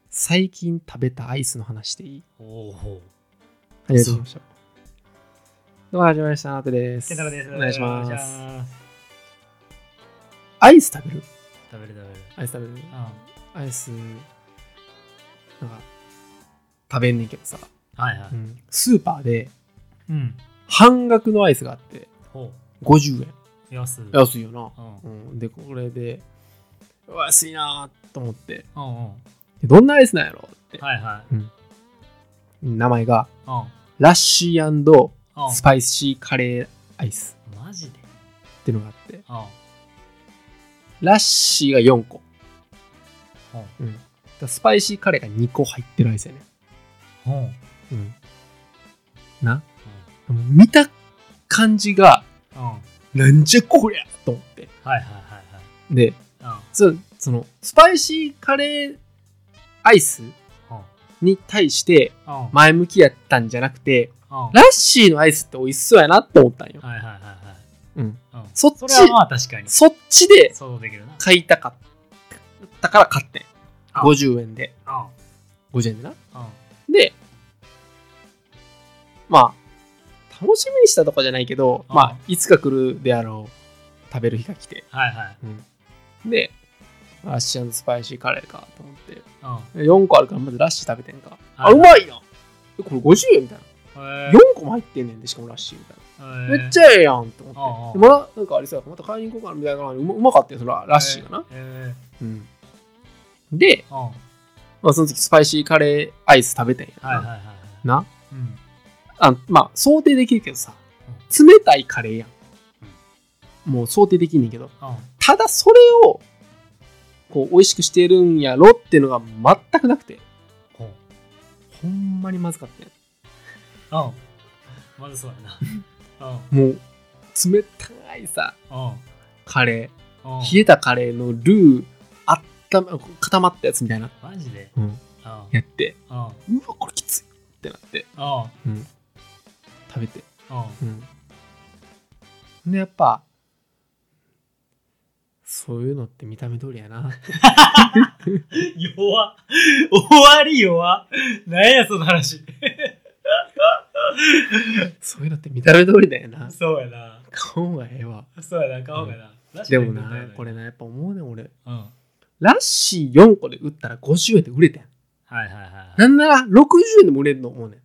最近食べたアイスの話でいい？ おお。 始めてみましょう。どうも始まりました。ナトです。 ケンタロウです。 お願いしまお願いしす。 ます。 アイス食べる？ 食べる。 アイス食べる？ うん。 アイス、なんか、食べんねんけどさ、 はいはい。 スーパーでうん。 半額のアイスがあって、 ほ 50円。 う。安い。 安いよな。 うん。 で、これで、安いなと思って、 うんうん。 でどんなアイスなんやろって。 はいはい。 名前が、 うん。 ラッシーうん。 スパイシーカレーアイスマジで。 っていうのがあって、 うん。 ラッシーが4個。 うん。 スパイシーカレーが2個入ってるアイスやね。 ほう。 な、見た感じが、 うん。 なんじゃこりゃと思って。 はいはいはいで、 はい。 そのスパイシーカレーアイスに対してうん。 前向きやったんじゃなくて、 うん。 ラッシーのアイスって美味しそうやなって思ったんよ。 はいはいはいはい。 うん。 うん。 そっちそれはまあ確かに。 そっちで想像できるな。 買いたかったから買ってん。 あ 50円で。 うん。 50円でな。 うん。 で、まあ、楽しみにしたとかじゃないけど、 うんまあ、いつか来るであろう食べる日が来て。 はいはい。 で、ラッシー&スパイシーカレーかと思って。 うん。 4個あるからまずラッシー食べてんか。 はいあ、うまいな。これ50円みたいな。 へ 4個も入ってんねんで、しかもラッシーみたいな。めっちゃゃええやんって思って。 うんでまだなんかあれさ、また買いに行こうかなみたいな。うまかったよ、そのラッシーがな。で、 うん。はいまあ、その時スパイシーカレーアイス食べてんやな。 はいはい。 な。 うん。 まあ、想定できるけどさ、冷たいカレーやん。もう想定できんねんけど、 うん。 ただそれをこう美味しくしてるんやろっていうのが全くなくて、 ほう。 ほんまにまずかったよ。 うん。まずそうやな。 もう冷たいさ、 うん。 カレうん。 ー、冷えたカレーのルー固まったやつみたいな、 マジで。 やって、 うん。 うわこれきついってなって、食べて、でやっぱそういうのって見た目通りやな。 弱っ。終わり弱っ。なんやその話。 そういうのって見た目通りだよな。 そうやな。 顔がええわ。 そうやな、顔がな。 でもな、これな、やっぱ思うねん俺。 うん。 ラッシー4個で売ったら50円で売れてん。 はいはいはい。 なんなら60円でも売れるの思うねん。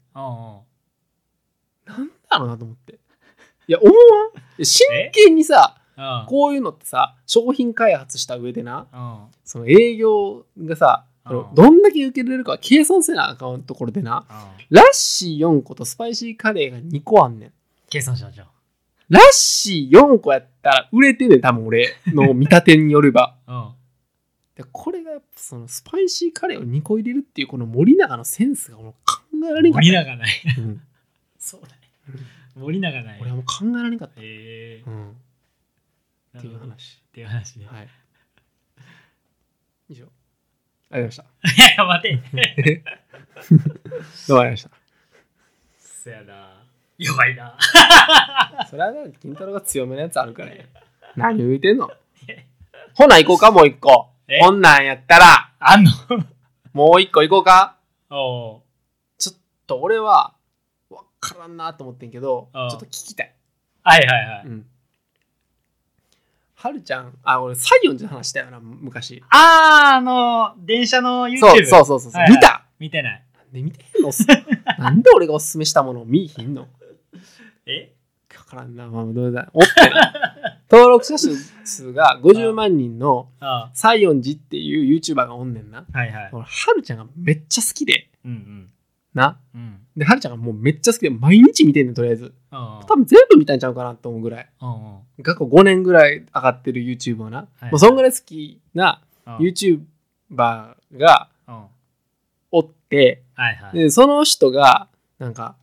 なんだろうなと思って。いや、思わん？真剣にさ、こういうのってさ、商品開発した上でな、その営業がさ、どんだけ受け入れるか計算せなあかんところでな、ラッシー4個とスパイシーカレーが2個あんねん。 計算しましょう。 ラッシー4個やったら売れてんねん、多分俺の見立てによれば。でこれがやっぱそのスパイシーカレーを2個入れるっていうこの森永のセンスがもう考えられんかった。 森永ない。そうだね。森永ない。 俺はもう考えられんかった。っていう話。 っていう話ね。 はい。以上。ありがとうございました。 いや、待て。 どうもありがとうございました。 そやな。弱いな。 それはな、金太郎が強めのやつあるからね。何言うてんの？ほな行こうか、もう一個。こんなんやったら。 あんの？ もう一個行こうか。 おう。 ちょっと俺は分からんなと思ってんけど、ちょっと聞きたい。 はいはいはい。 はるちゃん、俺西園寺の話したよな、昔。 電車の YouTube。 そう。見た？ 見てない。 なんで見てへんの？なんで俺がおすすめしたものを見ひんの？分からんな、まあ、どうだ。おってな。登録者数が50万人の西園寺っていう YouTuber がおんねんな。 はいはい。 はるちゃんがめっちゃ好きで。な。 うん。 で、はるちゃんがもうめっちゃ好きで、毎日見てんねん、とりあえず。多分全部見たんちゃうかなと思うぐらい。過去5年ぐらい上がってる YouTube をな。もうそんぐらい好きな YouTuber がおって、で、その人が、なんか、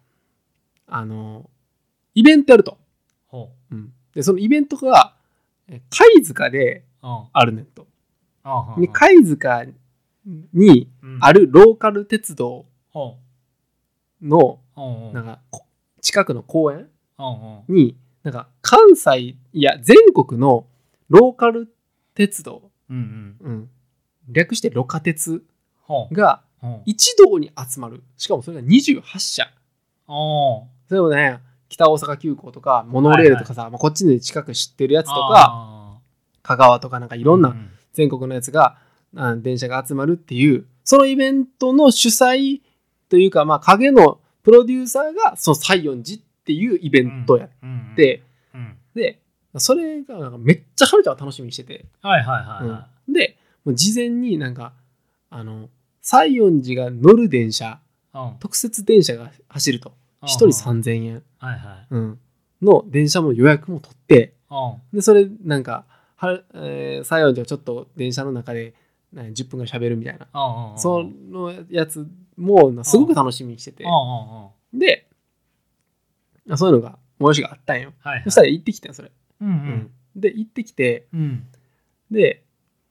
イベントやると。で、そのイベントが、貝塚であるねんと。で、貝塚にあるローカル鉄道の、なんか、近くの公園に、なんか、関西、いや、全国のローカル鉄道、略してロカ鉄が一堂に集まる。しかもそれが28社。それもね、北大阪急行とかモノレールとかさ、こっちで近く知ってるやつとか、香川とかなんかいろんな全国のやつが、電車が集まるっていう、そのイベントの主催というか、影のプロデューサーがその西園寺っていうイベントやって、で、それがなんかめっちゃはるちゃんは楽しみにしてて、で、もう事前になんか西園寺が乗る電車、特設電車が走ると1人3000円、の電車も予約も取って、でそれなんか西園寺はちょっと電車の中で10分ぐらい喋るみたいな、そのやつもすごく楽しみにしてて、でそういうのが催しがあったんよ。そしたら行ってきてんそれ。で行ってきて、で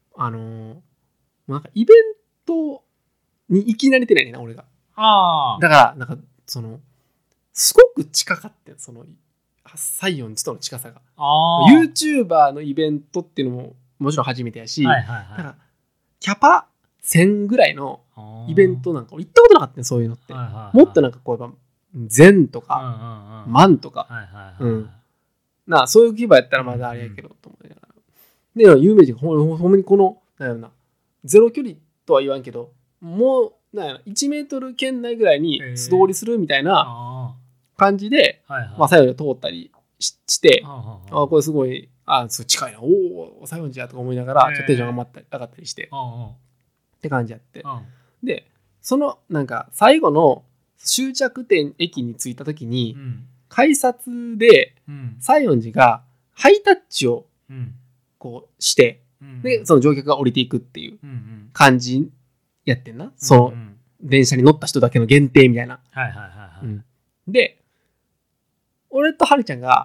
なんかイベントに行き慣れてないねんな俺が。だからなんかすごく近かったその西園寺との近さが。YouTuber のイベントっていうのももちろん初めてやし、だからキャパ1000ぐらいのイベントなんか俺行ったことなかったね、そういうのって。もっとなんかこう全とか万とか、そういう規模やったらまだあれやけどと思いながら。で有名人ほんまにこのなんやろな、ゼロ距離とは言わんけど、もうなんやろ1メートル圏内ぐらいに素通りするみたいな感じで、西園寺通ったりして、これすごいすごい近いな、お西園寺やとか思いながらちょっとテンション上がったりしてって感じやって、でそのなんか最後の終着点駅に着いた時に、改札で西園寺がハイタッチをこうして、でその乗客が降りていくっていう感じやってんな、その電車に乗った人だけの限定みたいな。で俺とはるちゃんが、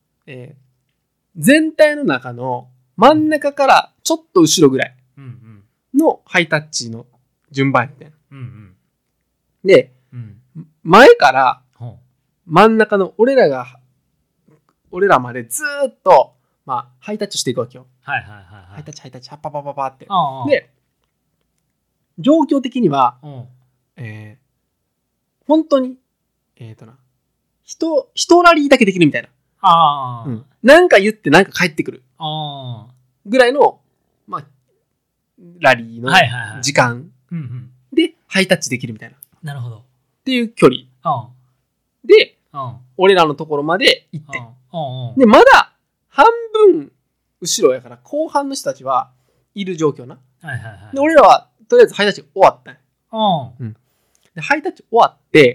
全体の中の真ん中からちょっと後ろぐらいのハイタッチの順番やってん。で、前から真ん中の俺らまでずっと、ハイタッチしていくわけよ。ハイタッチパパパパって。で状況的には、本当に一ラリーだけできるみたいな。なんか言ってなんか帰ってくるぐらいの、ラリーの時間でハイタッチできるみたいな。 なるほど。 っていう距離で、俺らのところまで行って、でまだ半分後ろやから後半の人たちはいる状況な。で俺らはとりあえずハイタッチ終わったん。でハイタッチ終わって、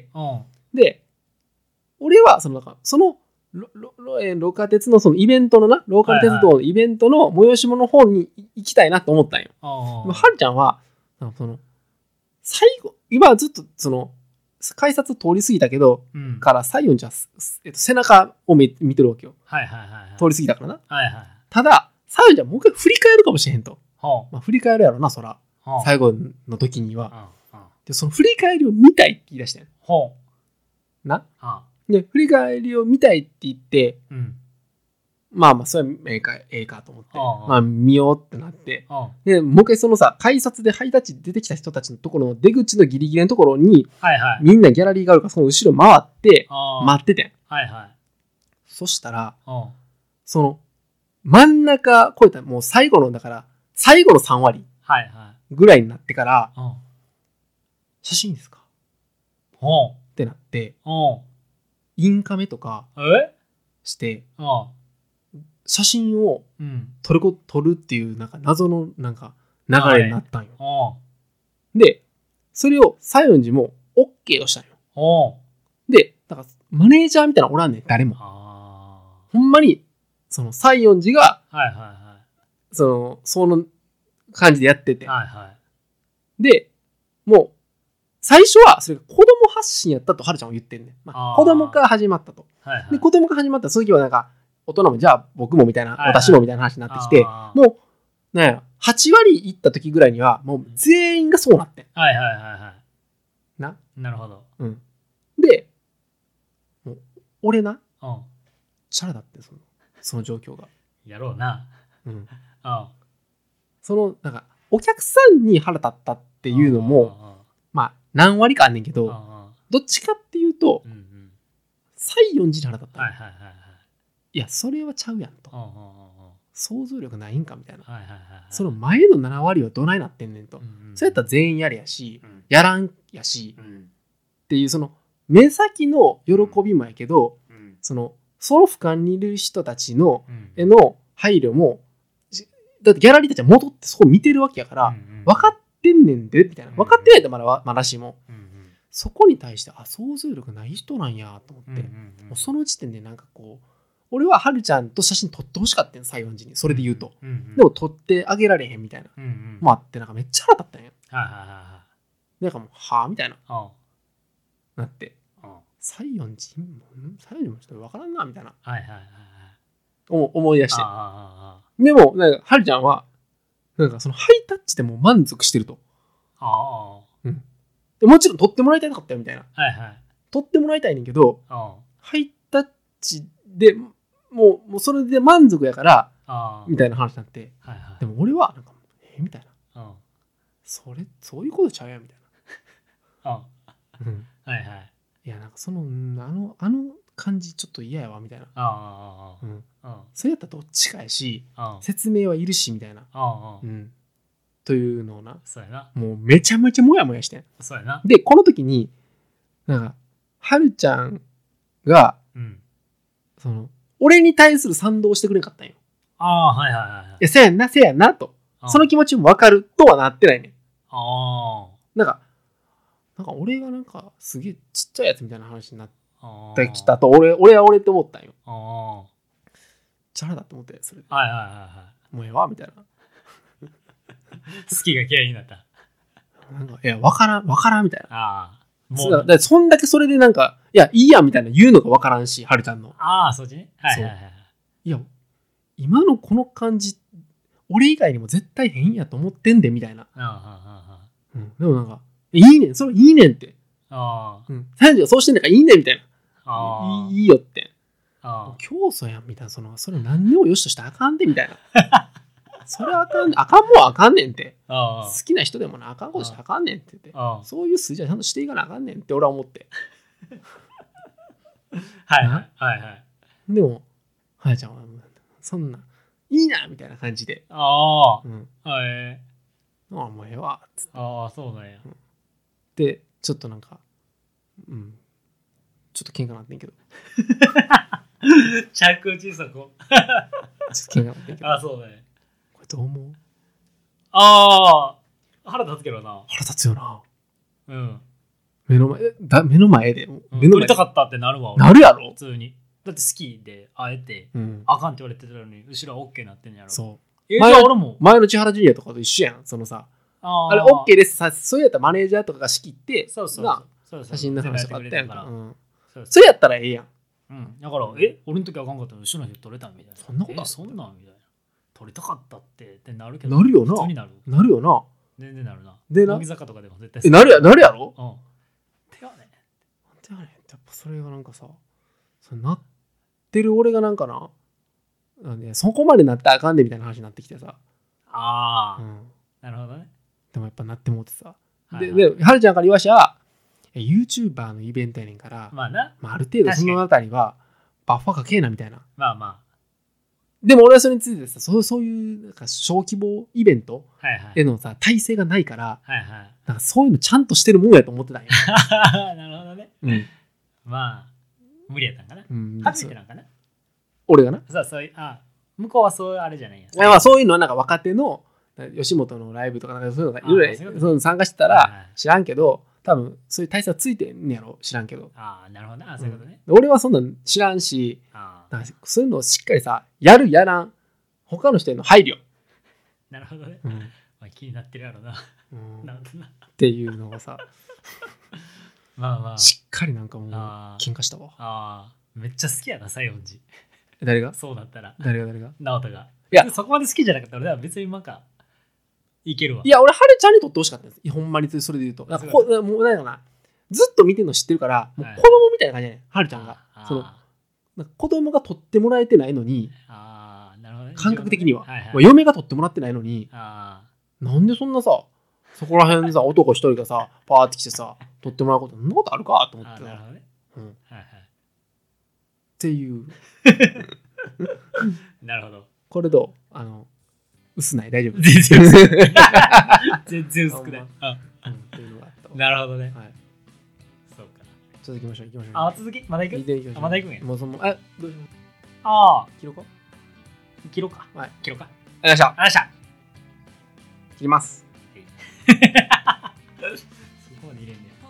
で俺はそのロカ鉄のそのイベントのな、ローカル鉄道のイベントの催し物の方に行きたいなと思ったんよ。はるちゃんは最後今ずっとその改札通り過ぎたけど、から西園寺は、背中を見てるわけよ。通り過ぎたからな。ただ西園寺はもう一回振り返るかもしれへんと。振り返るやろな、そら最後の時には。でその振り返りを見たいって言い出してんな。で振り返りを見たいって言って、それはええかと思って、見ようってなって、でもう一回そのさ改札でハイタッチ出てきた人たちのところの出口のギリギリのところに、みんなギャラリーがあるからその後ろ回って待っててん。そしたらその真ん中超えたもう最後のだから最後の3割ぐらいになってから、写真いいですかってなって、インカメとかして写真を撮るっていうなんか謎のなんか流れになったんよ。でそれを西園寺も OK をしたんよ。でだからマネージャーみたいなのおらんねん、誰も。ほんまにその西園寺がその感じでやってて、でもう最初はそれが子供発信やったとはるちゃんは言ってんねん。子供から始まったと。で子供から始まったその時はなんか大人もじゃあ僕もみたいな、私もみたいな話になってきて、もうなんや8割いった時ぐらいにはもう全員がそうなってん。 なるほど。 でもう俺な、チャラだってその状況が。 やろうな。 そのなんかお客さんに腹立ったっていうのも何割かあんねんけど、どっちかっていうと、西園寺に腹立った。いやそれはちゃうやんと。想像力ないんかみたいな。その前の7割はどないなってんねんと。そうやったら全員やれやし、やらんやし、っていうその目先の喜びもやけど、その俯瞰にいる人たちのへの配慮も、だってギャラリーたちは戻ってそこ見てるわけやから、分かってんねんでみたいな。分かってないとまだしも、そこに対して想像力ない人なんやと思って、もうその時点でなんかこう、俺ははるちゃんと写真撮ってほしかったん西園寺に、それで言うと、でも撮ってあげられへんみたいな、もあって、なんかめっちゃ腹立ったんや。なんかもうみたいななって、西園寺もちょっと分からんなみたいな、思い出して、でもなんかはるちゃんはなんかそのハイタッチでも満足してると。でもちろん撮ってもらいたかったよみたいな、撮ってもらいたいねんけど、ハイタッチでもうそれで満足やからみたいな話になって、でも俺はなんかみたいな、そういうことちゃうやんみたいな、いやなんかそのあの感じちょっと嫌やわみたいな、それやったらどっちかやし、説明はいるしみたいな、というのをな、もうめちゃめちゃモヤモヤしてん。でこの時になんかはるちゃんが、その俺に対する賛同してくれんかったんよ。いやせやんなと、その気持ちも分かるとはなってないねん。なんか俺がなんかすげえちっちゃいやつみたいな話になってきたと、俺は俺って思ったんよ。チャラだって思って、それでもうええわみたいな好きが嫌いになった。 なんかいや分からんみたいな。もうだそんだけそれでなんかいやいいやみたいな言うのが分からんし、はるちゃんのそっちね。 いや今のこの感じ俺以外にも絶対変やと思ってんでみたいな。でもなんかいいねん、それいいねんって、サインがそうしてんだからいいねんみたいな、いいよって、競争やんみたいな、それ何でもよしとしてあかんでみたいなそれあかんもんあかんねんって、好きな人でもなあかんことしてあかんねんって言って、そういう筋はちゃんとしていかなあかんねんって俺は思ってでもはやちゃんはそんないいなみたいな感じで、もうええわっつって、 そうなんや、 でちょっとなんかちょっと喧嘩なってんけど着地そこちょっと喧嘩なってんけど、 そうだね、 これどう思う？ 腹立つけどな。 腹立つよな。目の前で撮りたかったってなるわ。 なるやろ普通に。だって好きであえて、あかんって言われてたのに後ろは OK なってんやろ。 そう。 俺も前の千原ジュニアとかと一緒やん。そのさ、あれ OK ですさ、そうやったらマネージャーとかが仕切って、写真の話とかあったやんか。それやったらええやん。 だから俺の時あかんかったら後ろの人撮れたみたいな。 そんなことそんなんみたいな。撮りたかったってなるけど。 なるよな。 普通になるよな。 全然なるな。 でな。 乃木坂とかでも絶対なるやろ。 手はね。 やっぱそれがなんかさ、なってる俺がなんかな、そこまでなったらあかんでみたいな話になってきてさ。 なるほどね。 でもやっぱなってもうてさ。ではるちゃんから言わしゃ、YouTuber のイベントやねんから、ある程度そのあたりはバッファーかけえなみたいな。でも俺はそれについてさ、そういうなんか小規模イベントへのさ、体制がないから、なんかそういうのちゃんとしてるもんやと思ってたんや。 なるほどね。無理やったんかな。初めてなんかな。 俺がな。 そういう向こうはそういうあれじゃないや。 そういうのはなんか若手の吉本のライブとかなんかそういうのがいろいろそういうの参加してたら知らんけど、多分そういう体制はついてんねやろ、知らんけど。 なるほどな。そういうことね。 俺はそんなん知らんし、そういうのをしっかりさ、やるやらん他の人への配慮。 なるほどね。気になってるやろな。 っていうのがさ、しっかりなんかもう喧嘩したわ。めっちゃ好きやな、西園寺。 誰が？ そうだったら。 誰が？ 直人が。いや、そこまで好きじゃなかったら俺は別になんかいけるわ。 いや、俺はるちゃんにとってほしかったんです。ほんまにそれで言うと、なんかもうなんかな、ずっと見てるの知ってるから、もう子供みたいな感じやねん、はるちゃんが。そのなんか子供が取ってもらえてないのに、感覚的には、嫁が取ってもらってないのに、なんでそんなさ、 そこら辺さ男一人がさパーって来てさ撮ってもらうことそんなことあるかと思って。 なるほどね。 うん、 はいはい。 っていうなるほど。 これどう薄ない大丈夫？ 全然薄くない全然薄くない。 っていうのがあったわ。 なるほどね。 はい。 そうか。 続きましょう。 あ、続きまだ行く？まだ行くんや。 もうどうしよう。 ああ。 切ろうか。 切ろうか。 はい。 切ろうか。 よいしょ。 よいしょ。 切ります。 そこまで入れんね。